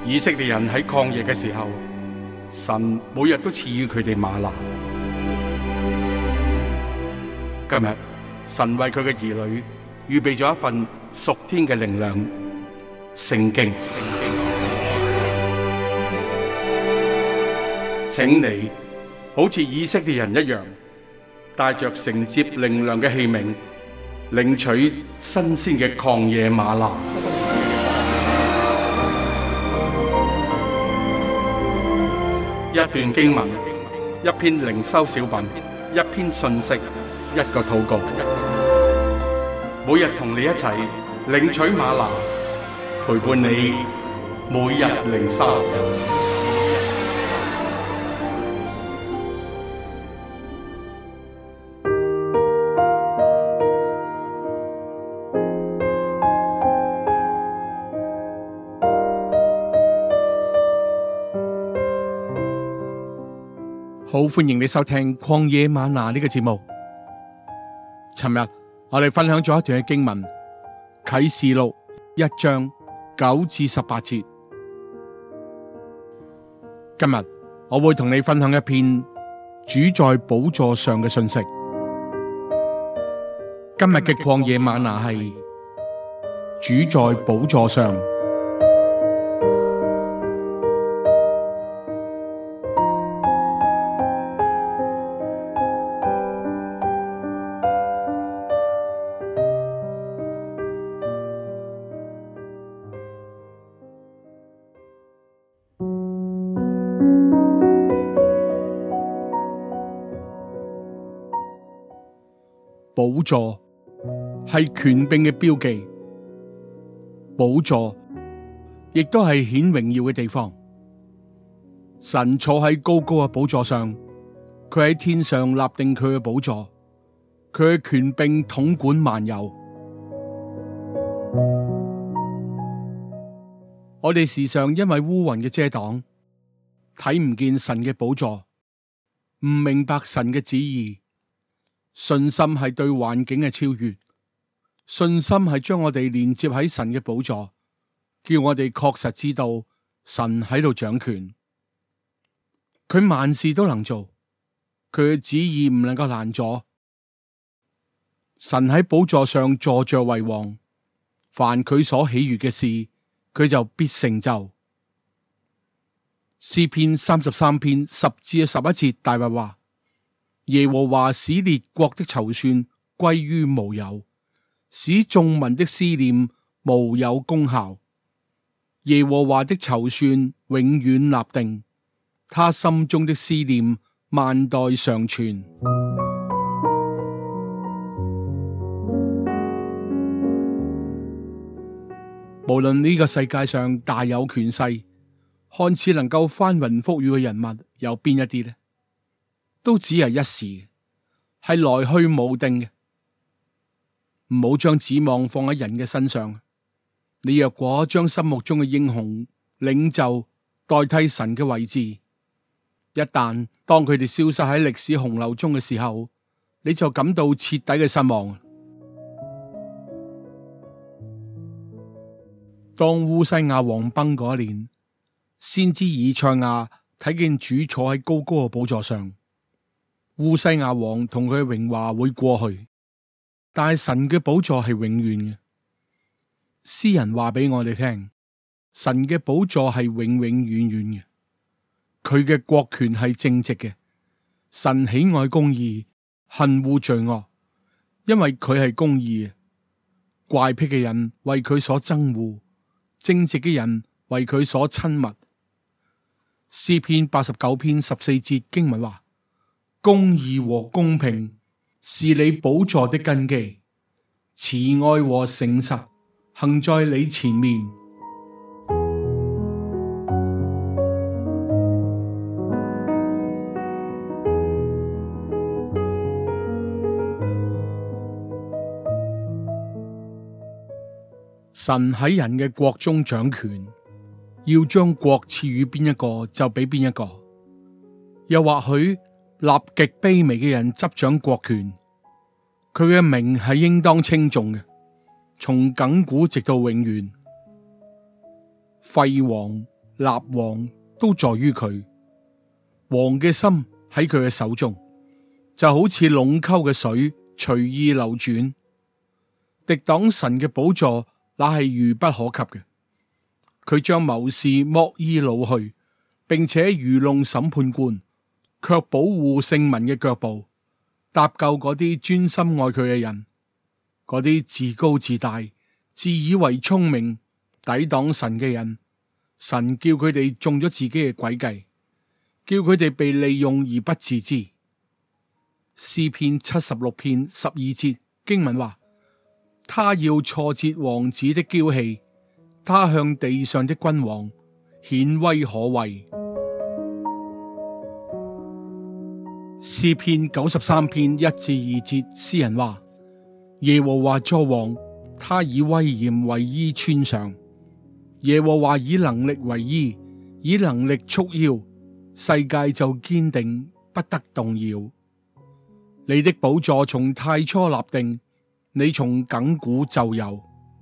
以色列人喺曠野嘅時候，神每日都賜予佢哋嗎哪。今日神為佢嘅兒女預備咗一份屬天嘅靈糧——聖經。請你好似以色列人一樣，帶着承接靈糧嘅器皿，領取新鮮嘅曠野嗎哪。一段經文，一篇靈修小品，一篇信息，一個禱告。每日同你一齊領取嗎哪，陪伴你每日靈修。好，歡迎你收聽曠野嗎哪呢個節目。尋日我哋分享咗一段嘅經文，啟示錄1章9至18節。今日我會同你分享一篇主在寶座上嘅信息。今日嘅曠野嗎哪係主在寶座上。寶座係權柄嘅標記，寶座亦都係顯榮耀嘅地方。神坐喺高高嘅寶座上，佢喺天上立定佢嘅寶座，佢嘅權柄統管萬有。我哋時常因為烏雲嘅遮擋，睇唔見神嘅寶座，唔明白神嘅旨意。信心係對環境嘅超越，信心係將我哋連接喺神嘅寶座，叫我哋確實知道神喺度掌權，佢萬事都能做，佢嘅旨意唔能夠攔阻。神喺寶座上坐着為王，凡佢所喜悅嘅事，佢就必成就。詩篇33篇10至11節大衛話：耶和華使列國的籌算歸於無有，使眾民的思念無有功效。耶和華的籌算永遠立定，他心中的思念萬代常存。無論呢個世界上大有權勢，看似能夠翻雲覆雨嘅人物有邊一啲呢？都只係一時，係來去無定嘅。唔好將指望放喺人嘅身上。你若果將心目中嘅英雄、領袖代替神嘅位置，一旦當佢哋消失喺歷史洪流中嘅時候，你就感到徹底嘅失望。當烏西亞王崩嗰一年，先知以賽亞睇見主坐喺高高嘅寶座上。烏西亞王同佢嘅榮華會過去，但係神嘅寶座係永遠嘅。詩人話俾我哋聽，神嘅寶座係永永遠遠嘅，佢嘅國權係正直嘅。神喜愛公義，恨惡罪惡，因為佢係公義嘅。怪僻嘅人為佢所憎惡，正直嘅人為佢所親密。詩篇89篇14節經文話：公義和公平是你寶座的根基，慈愛和誠實行在你前面。神喺人嘅國中掌權，要將國賜予邊一個就俾邊一個，又或許立極卑微嘅人執掌國權，佢嘅名係應當稱頌嘅，從亙古直到永遠。廢王立王都在於佢。王嘅心喺佢嘅手中，就好似隴溝嘅水隨意流轉。敵擋神嘅寶座，那係愚不可及嘅。佢將謀士剝衣擄去，並且愚弄審判官，卻保護聖民嘅腳步，搭救嗰啲專心愛佢嘅人。嗰啲自高自大、自以為聰明、抵擋神嘅人，神叫佢哋中咗自己嘅詭計，叫佢哋被利用而不自知。詩篇76篇12節經文話：他要挫折王子的驕氣，他向地上的君王顯威可畏。詩篇93篇1至2節詩人話：耶和華作王，他以威嚴為衣穿上。耶和華以能力為衣，以能力束腰，世界就堅定，不得動搖。你的寶座從太初立定，你從亙古就有。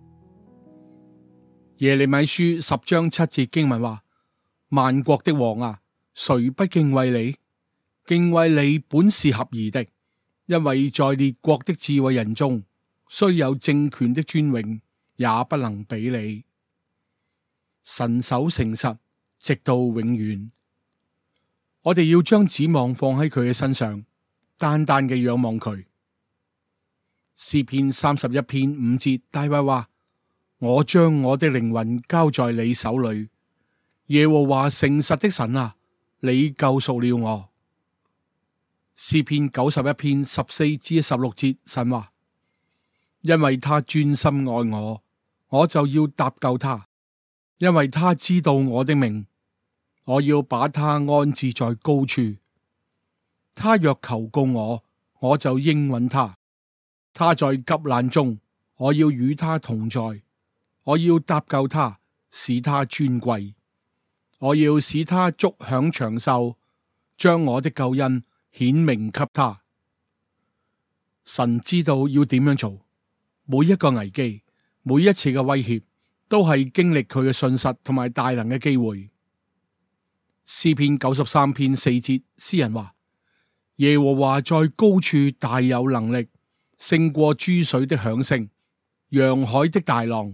耶利米書10章7節經文話：萬國的王啊，誰不敬畏你？敬畏你本是合宜的，因為在列國的智慧人中，雖有政權的尊榮，也不能比你。神守誠實，直到永遠。我哋要將指望放喺佢嘅身上，單單嘅仰望佢。詩篇31篇5節，大衛話：我將我的靈魂交在你手裏，耶和華誠實的神啊，你救贖了我。詩篇91篇14至16節，神話：因為他專心愛我，我就要搭救他，因為他知道我的名，我要把他安置在高處。他若求告我，我就應允他。他在急難中，我要與他同在，我要搭救他，使他尊貴。我要使他足享長壽，將我的救恩顯明給他。神知道要點樣做，每一個危機，每一次嘅威脅，都係經歷佢嘅信實同埋大能嘅機會。詩篇93篇4節，詩人話：耶和華在高處大有能力，勝過諸水的響聲，洋海的大浪。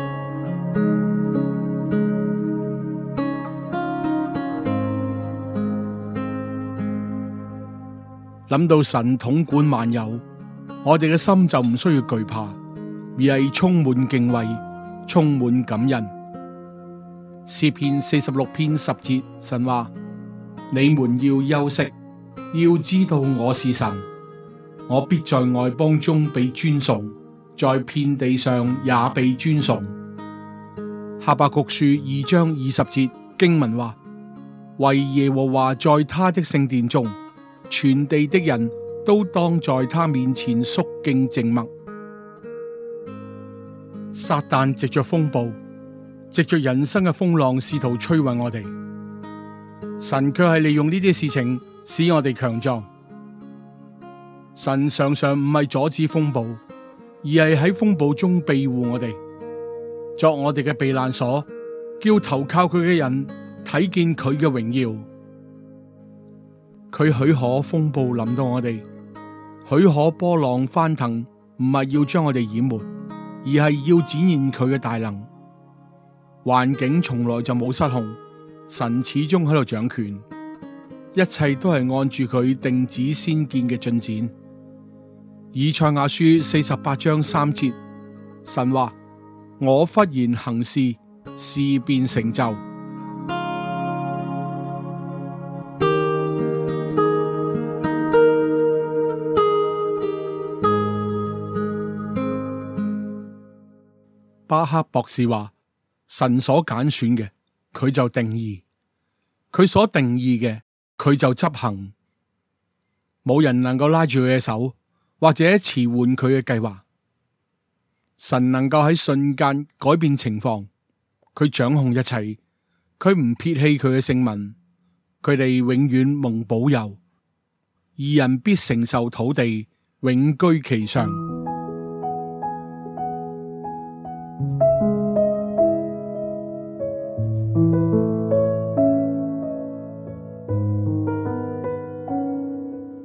諗到神統管萬有，我哋嘅心就唔需要懼怕，而係充滿敬畏，充滿感恩。詩篇46篇10節，神話：你們要休息，要知道我是神，我必在外邦中被尊崇，在遍地上也被尊崇。哈巴谷書2章20節經文話：為耶和華在他的聖殿中，全地的人都當在他面前肅敬靜默。撒旦藉着風暴，藉着人生嘅風浪試圖摧毀我哋，神卻係利用呢啲事情使我哋強壯。神常常唔係阻止風暴，而係喺風暴中庇護我哋，作我哋嘅避難所，叫投靠佢嘅人睇見佢嘅榮耀。佢許可風暴臨到我哋，許可波浪翻騰，唔係要將我哋淹沒，而係要展現佢嘅大能。環境從來就冇失控，神始終喺度掌權，一切都係按住佢定旨先見嘅進展。以賽亞書48章3節，神話：我忽然行事，事便成就。巴克博士話：神所揀選嘅，佢就定義；佢所定義嘅，佢就執行。冇人能夠拉住佢嘅手，或者遲緩佢嘅計劃。神能夠喺瞬間改變情況，佢掌控一切，佢唔撇棄佢嘅聖民，佢哋永遠蒙保佑，義人必承受土地，永居其上。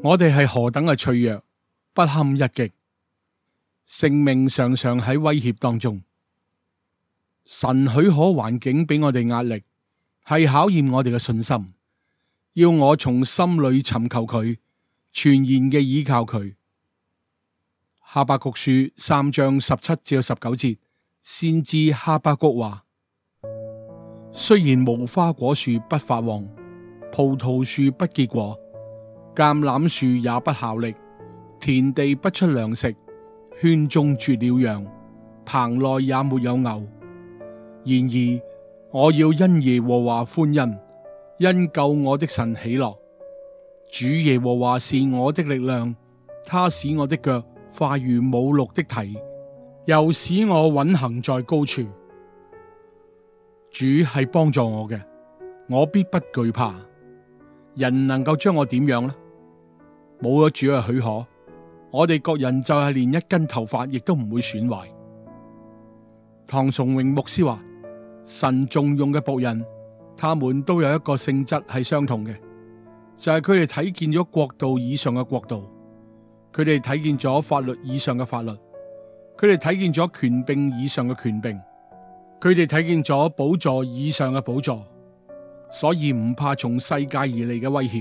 我哋係何等嘅脆弱，不堪一擊，性命常常喺威脅當中。神許可環境俾我哋壓力，係考驗我哋嘅信心，要我從心裏尋求佢，全然嘅倚靠佢。哈巴谷書3章17至19節，先知哈巴谷話：雖然無花果樹不發旺，葡萄樹不結果，橄欖樹也不效力，田地不出糧食，圈中絕了羊，棚內也沒有牛。然而我要因耶和華歡欣，因救我的神喜樂。主耶和華是我的力量，他使我的腳快如母鹿的蹄，又使我穩行在高處。主係幫助我嘅，我必不懼怕。人能夠將我點樣呢？冇咗主嘅許可，我哋各人就係連一根頭髮亦都唔會損壞。唐崇榮牧師話：神重用嘅僕人，他們都有一個性質係相同嘅，就係佢哋睇見咗國度以上嘅國度，佢哋睇見咗法律以上嘅法律，佢哋睇見咗權柄以上嘅權柄，佢哋睇見咗寶座以上嘅寶座，所以唔怕從世界而嚟嘅威脅。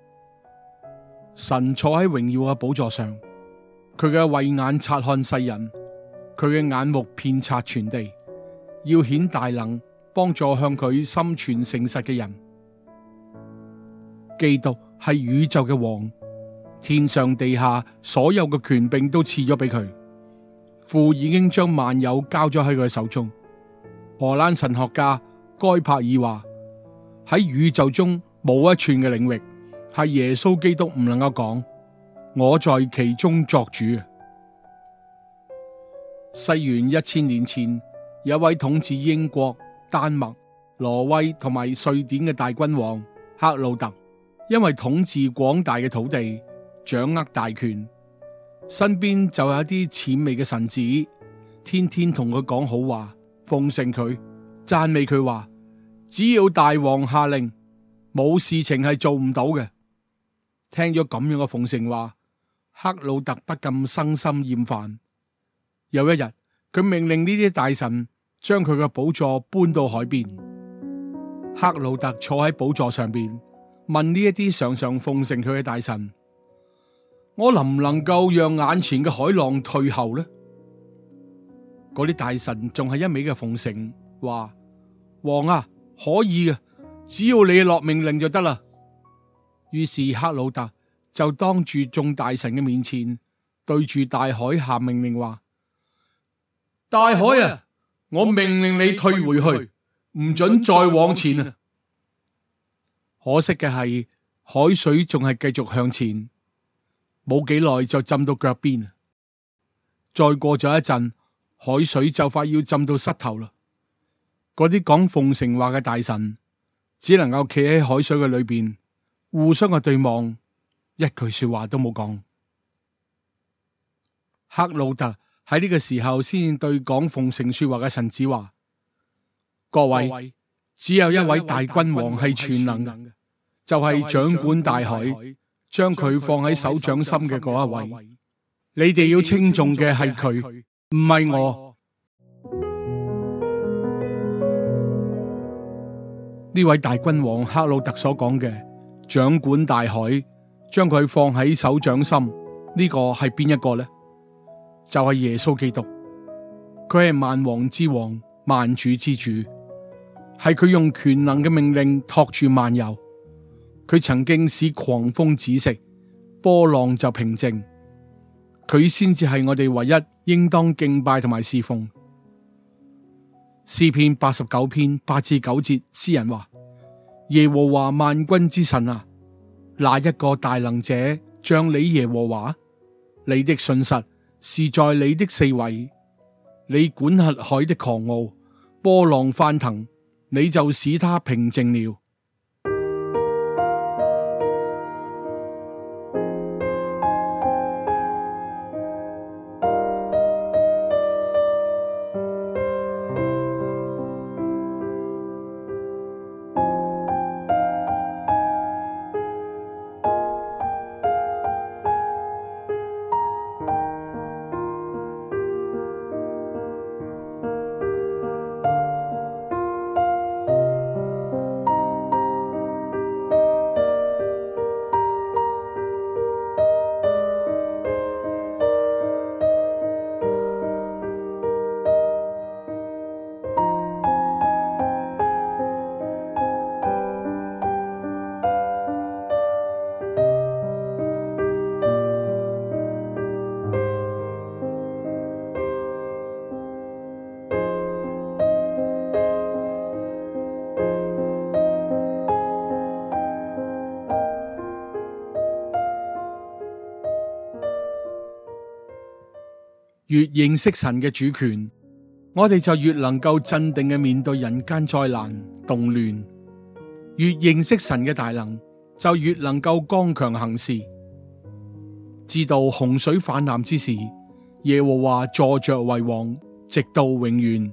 神坐喺榮耀嘅寶座上，佢嘅慧眼察看世人，佢嘅眼目遍察全地，要顯大能，幫助向佢心存誠實嘅人。基督係宇宙嘅王，天上地下所有嘅權柄都賜咗俾佢。父已經將萬有交咗喺佢手中。荷蘭神學家該柏爾話：喺宇宙中冇一寸嘅領域係耶穌基督唔能夠講我在其中作主。西元1000年前，有一位統治英國、丹麥、挪威同埋瑞典嘅大君王克魯特，因為統治廣大嘅土地，掌握大權，身邊就有一啲諂媚嘅臣子，天天同佢講好話，奉承佢，讚美佢話，只要大王下令，冇事情係做唔到嘅。聽咗咁樣嘅奉承話，克魯特不禁生心厭煩。有一日，佢命令呢啲大臣將佢嘅寶座搬到海邊。克魯特坐喺寶座上邊，問呢一啲常常奉承佢嘅大臣：我能唔能夠讓眼前嘅海浪退後呢？嗰啲大臣仲係一味嘅奉承，話：王啊，可以嘅，只要你落命令就得啦。於是克魯特就當住眾大臣嘅面前，對住大海下命令話：大海啊，我命令你退回去，唔准再往前啊！可惜嘅係，海水仲係繼續向前，冇幾耐就浸到腳邊。再過咗一陣，海水就快要浸到膝頭啦。嗰啲講奉承話嘅大臣，只能夠企喺海水嘅裏邊，互相嘅對望，一句說話都冇講。克魯特喺呢個時候先對講奉承說話嘅臣子話：各位，只有一位大君王係全能嘅，就係掌管大海，將佢放喺手掌心嘅嗰一位。你哋要稱頌嘅係佢，唔係我。呢位大君王克魯特所講嘅掌管大海，將佢放喺手掌心，呢個係邊一個呢？就係耶穌基督。佢係萬王之王，萬主之主，係佢用權能嘅命令托住萬有。佢曾經使狂風止息，波浪就平靜。佢先至係我哋唯一應當敬拜同埋侍奉。詩篇89篇8至9節，詩人話：耶和華萬軍之神啊，哪一個大能者像你耶和華？你的信實是在你的四圍，你管轄海的狂傲，波浪翻騰，你就使它平靜了。 越認識神嘅主權，我哋就越能夠鎮定嘅面對人間災難動亂；越認識神嘅大能，就越能夠剛強行事。知道洪水泛濫之時，耶和華坐着為王，直到永遠。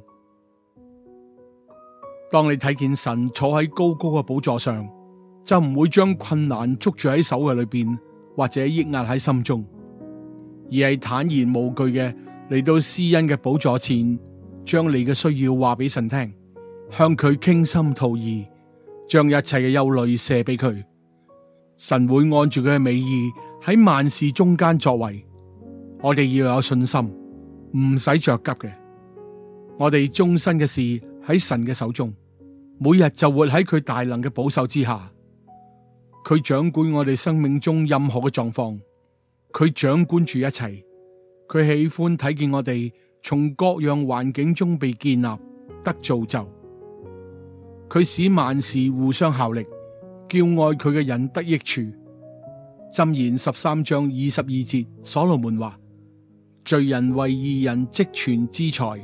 當你睇見神坐喺高高嘅寶座上，就唔會將困難捉住喺手嘅裏邊，或者抑壓喺心中，而係坦然無懼嘅嚟到施恩嘅寶座前，將你嘅需要話俾神聽，向佢傾心吐意，將一切嘅憂慮卸俾佢。神會按住佢嘅美意喺萬事中間作為。我哋要有信心，唔使着急嘅。我哋終身嘅事喺神嘅手中，每日就活喺佢大能嘅保守之下。佢掌管我哋生命中任何嘅狀況，佢掌管住一切。佢喜歡睇見我哋從各樣環境中被建立得造就。佢使萬事互相效力，叫愛佢嘅人得益處。箴言13章22節，所羅門話：罪人為義人積存資財。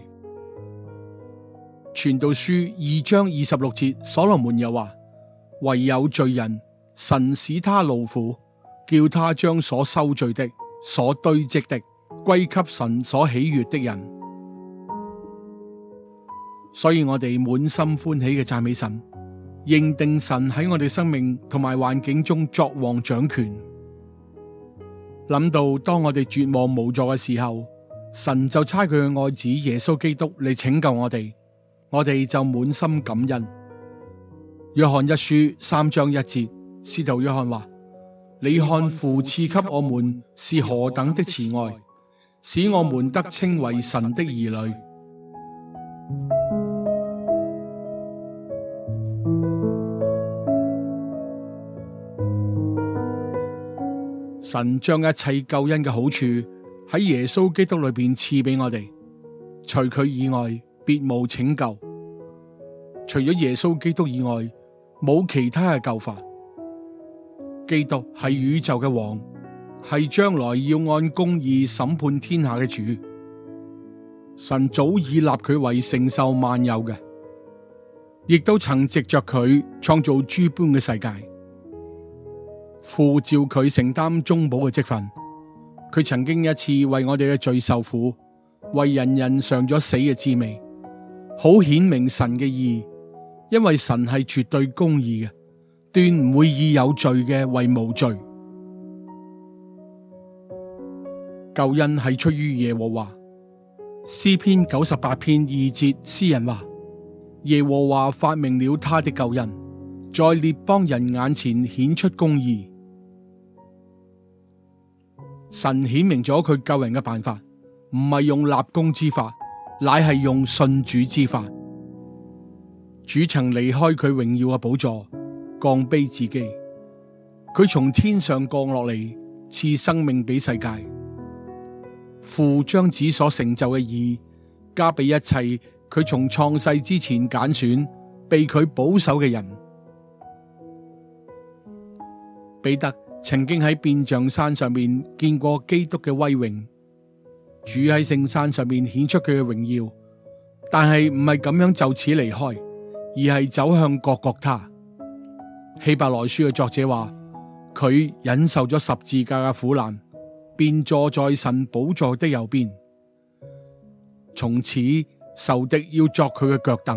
傳道書2章26節，所羅門又話：唯有罪人，神使他勞苦，叫他將所收聚的、所堆積的歸給神所喜悅的人。所以我哋滿心歡喜嘅讚美神，認定神喺我哋生命同埋環境中作王掌權。諗到當我哋絕望無助嘅時候，神就差佢嘅愛子耶穌基督嚟拯救我哋就滿心感恩。約翰一書3章1節，使徒約翰話：你看父賜給我們是何等的慈愛，使我們得稱為神的兒女。神將一切救恩嘅好處喺耶穌基督裏邊賜俾我哋，除佢以外別無拯救。除咗耶穌基督以外，冇其他嘅救法。基督係宇宙嘅王，係將來要按公義審判天下嘅主。神早已立佢為承受萬有嘅，亦都曾藉着佢創造諸般嘅世界。父召佢承擔中保嘅職分，佢曾經一次為我哋嘅罪受苦，為人人嘗咗死嘅滋味，好顯明神嘅義。因為神係絕對公義嘅，斷唔會以有罪嘅為無罪。救恩係出於耶和華。詩篇98篇2節，詩人話：耶和華發明了他的救恩，在列邦人眼前顯出公義。神顯明咗佢救人嘅辦法，唔係用立功之法，乃係用信主之法。主曾離開佢榮耀嘅寶座，降卑自己，佢從天上降落嚟，賜生命俾世界。父將子所成就嘅義加俾一切佢從創世之前揀選被佢保守嘅人。彼得曾經喺變像山上面見過基督嘅威榮，主喺聖山上面顯出佢嘅榮耀，但係唔係咁樣就此離開，而係走向各各他。希伯來書嘅作者話，佢忍受咗十字架嘅苦難，便坐在神寶座的右邊。從此仇敵要作佢嘅腳凳。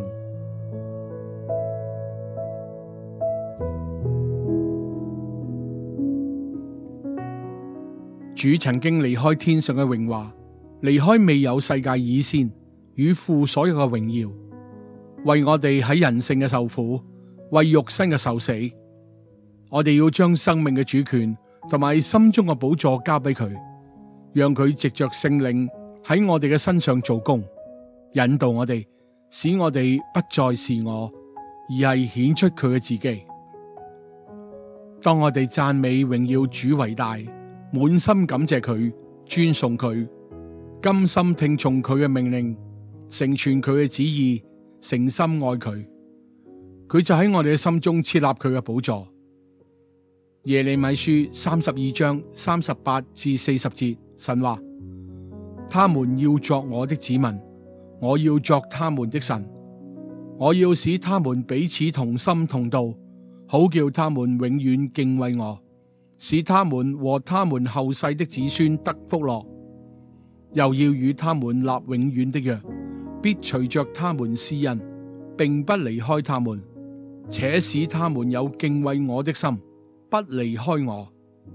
主曾經離開天上嘅榮華，離開未有世界以先與父所有嘅榮耀，為我哋喺人性嘅受苦，為肉身嘅受死。我哋要將生命嘅主權同埋心中嘅寶座交俾佢，讓佢藉着聖靈喺我哋嘅身上做工，引導我哋，使我哋不再是我，而係顯出佢嘅自己。當我哋讚美榮耀主為大，滿心感謝佢，尊崇佢，甘心聽從佢嘅命令，成全佢嘅旨意，誠心愛佢，佢就喺我哋嘅心中設立佢嘅寶座。耶利米書32章38至40節，神話： 他們要作我的子民，我要作他們的神。我要使他們彼此同心同道，好叫他們永遠敬畏我，使他們和他們後世的子孫得福樂。又要與他們立永遠的約，必隨着他們施恩，並不離開他們，且使他們有敬畏我的心，不離開我。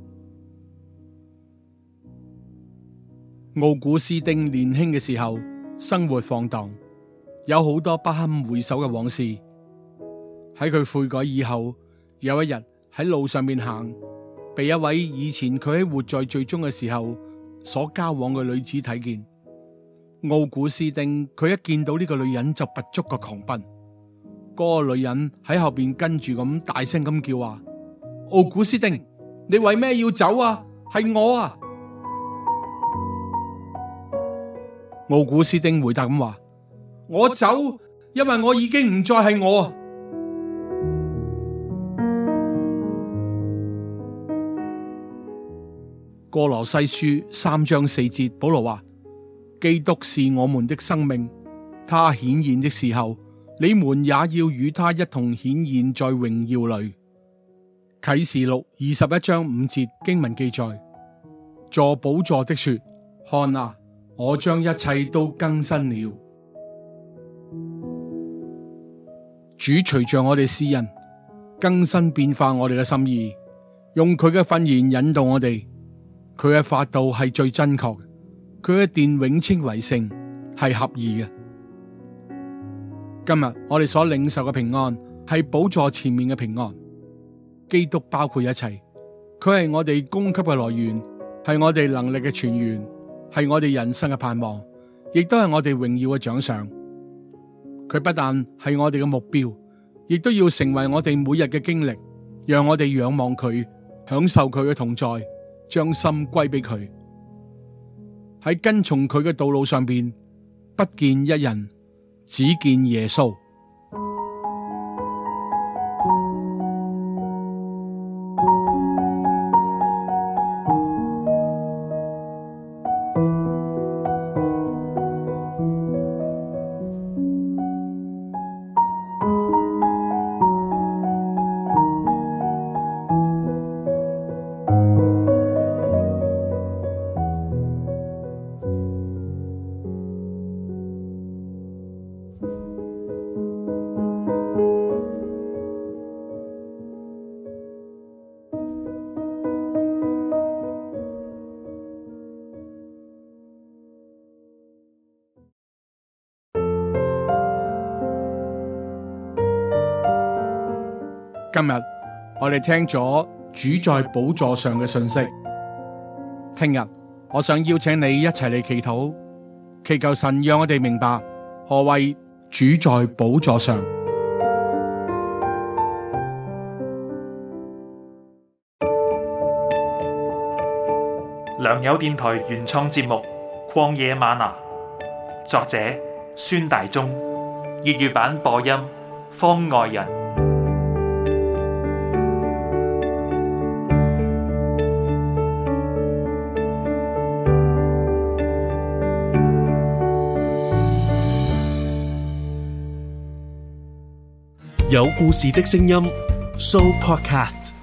奧古斯丁年輕嘅時候，生活放蕩，有好多不堪回首嘅往事。喺佢悔改以後，有一日喺路上面行，被一位以前佢喺活在罪中嘅時候所交往嘅女子睇見。奧古斯丁佢一見到呢個女人就拔足個狂奔，嗰個女人喺後邊跟住咁大聲咁叫話：奧古斯丁，你為咩要走啊？係我啊！奧古斯丁回答咁話：我走，因為我已經唔再係我啊！歌羅西書3章4節，保羅話：基督是我們的生命，他顯現的時候，你們也要與他一同顯現在榮耀裏。啟示錄21章5節經文記載：坐寶座的說，看啊，我將一切都更新了。主隨着我哋施恩，更新變化我哋嘅心意，用佢嘅訓言引導我哋。佢嘅法度係最真確，佢嘅殿永稱為聖，係合宜嘅。今日我哋所領受嘅平安係寶座前面嘅平安，基督包括一切，佢係我哋供給嘅來源，係我哋能力嘅泉源，係我哋人生嘅盼望，亦都係我哋榮耀嘅獎賞。佢不但係我哋嘅目標，亦都要成為我哋每日嘅經歷，讓我哋仰望佢，享受佢嘅同在，將心歸俾佢。喺跟從佢嘅道路上邊，不見一人，只見耶穌。今日我哋聽咗主在寶座上嘅信息，聽日我想邀請你一齊嚟祈禱，祈求神讓我哋明白何謂主在寶座上。 良友電台原創節目《曠野嗎哪》，作者孫大中，粵語版播音方外人。 有故事的聲音 Show Podcast。